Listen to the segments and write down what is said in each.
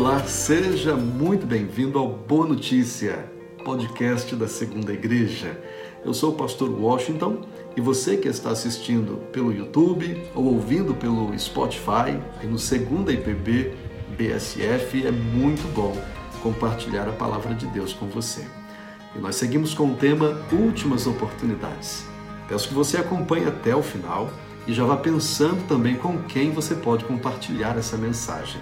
Olá, seja muito bem-vindo ao Boa Notícia, podcast da Segunda Igreja. Eu sou o pastor Washington e você que está assistindo pelo YouTube ou ouvindo pelo Spotify e no Segunda IPB BSF, é muito bom compartilhar a palavra de Deus com você. E nós seguimos com o tema Últimas Oportunidades. Peço que você acompanhe até o final e já vá pensando também com quem você pode compartilhar essa mensagem.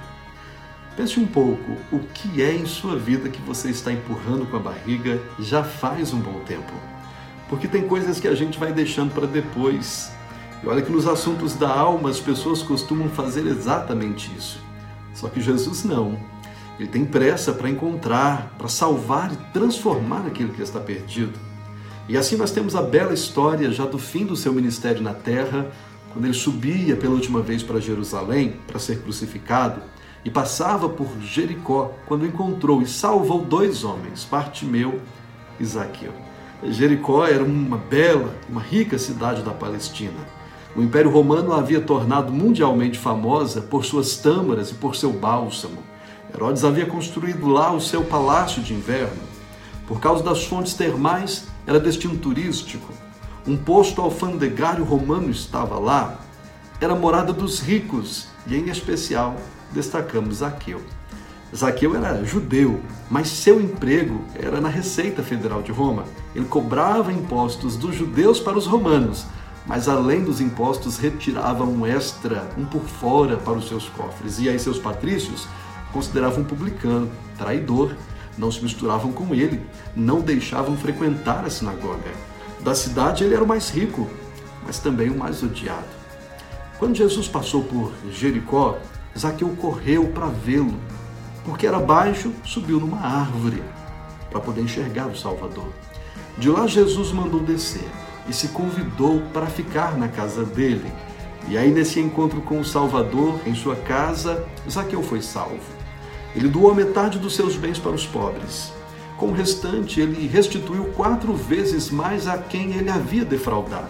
Pense um pouco o que é em sua vida que você está empurrando com a barriga já faz um bom tempo. Porque tem coisas que a gente vai deixando para depois. E olha que nos assuntos da alma as pessoas costumam fazer exatamente isso. Só que Jesus não. Ele tem pressa para encontrar, para salvar e transformar aquilo que está perdido. E assim nós temos a bela história já do fim do seu ministério na terra, quando ele subia pela última vez para Jerusalém para ser crucificado, e passava por Jericó, quando encontrou e salvou dois homens, Bartimeu e Zaqueu. Jericó era uma bela, uma rica cidade da Palestina. O Império Romano a havia tornado mundialmente famosa por suas tâmaras e por seu bálsamo. Herodes havia construído lá o seu palácio de inverno. Por causa das fontes termais, era destino turístico. Um posto alfandegário romano estava lá. Era a morada dos ricos e, em especial, destacamos Zaqueu. Zaqueu era judeu, mas seu emprego era na Receita Federal de Roma. Ele cobrava impostos dos judeus para os romanos, mas além dos impostos retirava um extra, um por fora para os seus cofres. E aí seus patrícios consideravam um publicano, traidor, não se misturavam com ele, não deixavam frequentar a sinagoga. Da cidade ele era o mais rico, mas também o mais odiado. Quando Jesus passou por Jericó, Zaqueu correu para vê-lo, porque era baixo, subiu numa árvore para poder enxergar o Salvador. De lá Jesus mandou descer e se convidou para ficar na casa dele. E aí nesse encontro com o Salvador, em sua casa, Zaqueu foi salvo. Ele doou metade dos seus bens para os pobres. Com o restante, ele restituiu 4 vezes mais a quem ele havia defraudado.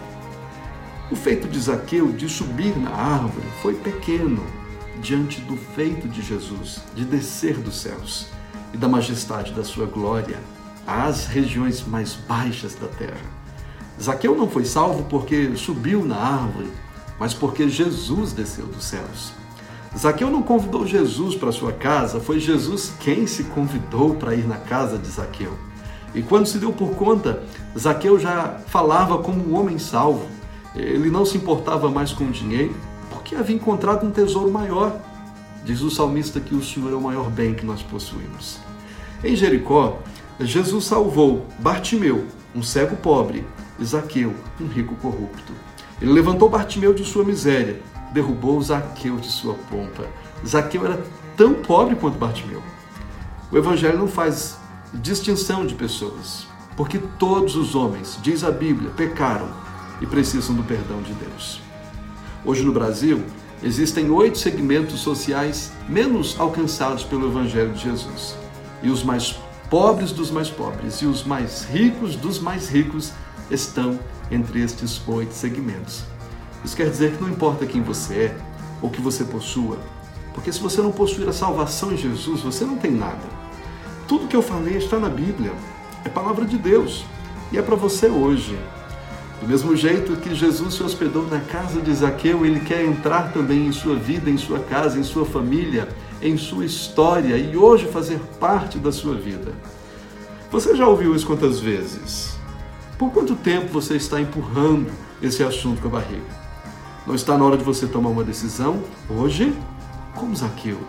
O feito de Zaqueu de subir na árvore foi pequeno diante do feito de Jesus, de descer dos céus e da majestade da sua glória às regiões mais baixas da terra. Zaqueu não foi salvo porque subiu na árvore, mas porque Jesus desceu dos céus. Zaqueu não convidou Jesus para sua casa, foi Jesus quem se convidou para ir na casa de Zaqueu. E quando se deu por conta, Zaqueu já falava como um homem salvo. Ele não se importava mais com o dinheiro, porque havia encontrado um tesouro maior. Diz o salmista que o Senhor é o maior bem que nós possuímos. Em Jericó, Jesus salvou Bartimeu, um cego pobre, e Zaqueu, um rico corrupto. Ele levantou Bartimeu de sua miséria, derrubou Zaqueu de sua pompa. Zaqueu era tão pobre quanto Bartimeu. O Evangelho não faz distinção de pessoas, porque todos os homens, diz a Bíblia, pecaram e precisam do perdão de Deus. Hoje no Brasil, existem 8 segmentos sociais menos alcançados pelo Evangelho de Jesus. E os mais pobres dos mais pobres e os mais ricos dos mais ricos estão entre estes 8 segmentos. Isso quer dizer que não importa quem você é ou que você possua, porque se você não possuir a salvação em Jesus, você não tem nada. Tudo que eu falei está na Bíblia, é palavra de Deus e é para você hoje. Do mesmo jeito que Jesus se hospedou na casa de Zaqueu, ele quer entrar também em sua vida, em sua casa, em sua família, em sua história e hoje fazer parte da sua vida. Você já ouviu isso quantas vezes? Por quanto tempo você está empurrando esse assunto com a barriga? Não está na hora de você tomar uma decisão? Hoje, como Zaqueu,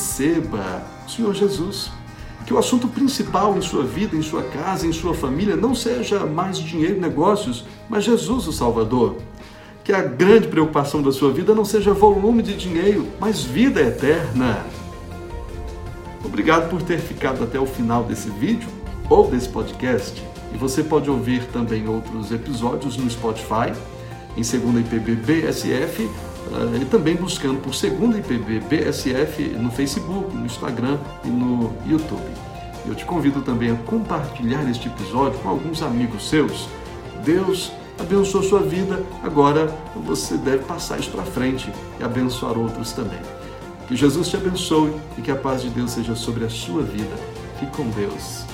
receba o Senhor Jesus. Que o assunto principal em sua vida, em sua casa, em sua família, não seja mais dinheiro e negócios, mas Jesus, o Salvador. Que a grande preocupação da sua vida não seja volume de dinheiro, mas vida eterna. Obrigado por ter ficado até o final desse vídeo ou desse podcast. E você pode ouvir também outros episódios no Spotify, em Segunda IPB BSF, e também buscando por Segunda IPB BSF no Facebook, no Instagram e no YouTube. Eu te convido também a compartilhar este episódio com alguns amigos seus. Deus abençoa a sua vida, agora você deve passar isso para frente e abençoar outros também. Que Jesus te abençoe e que a paz de Deus seja sobre a sua vida. Fique com Deus.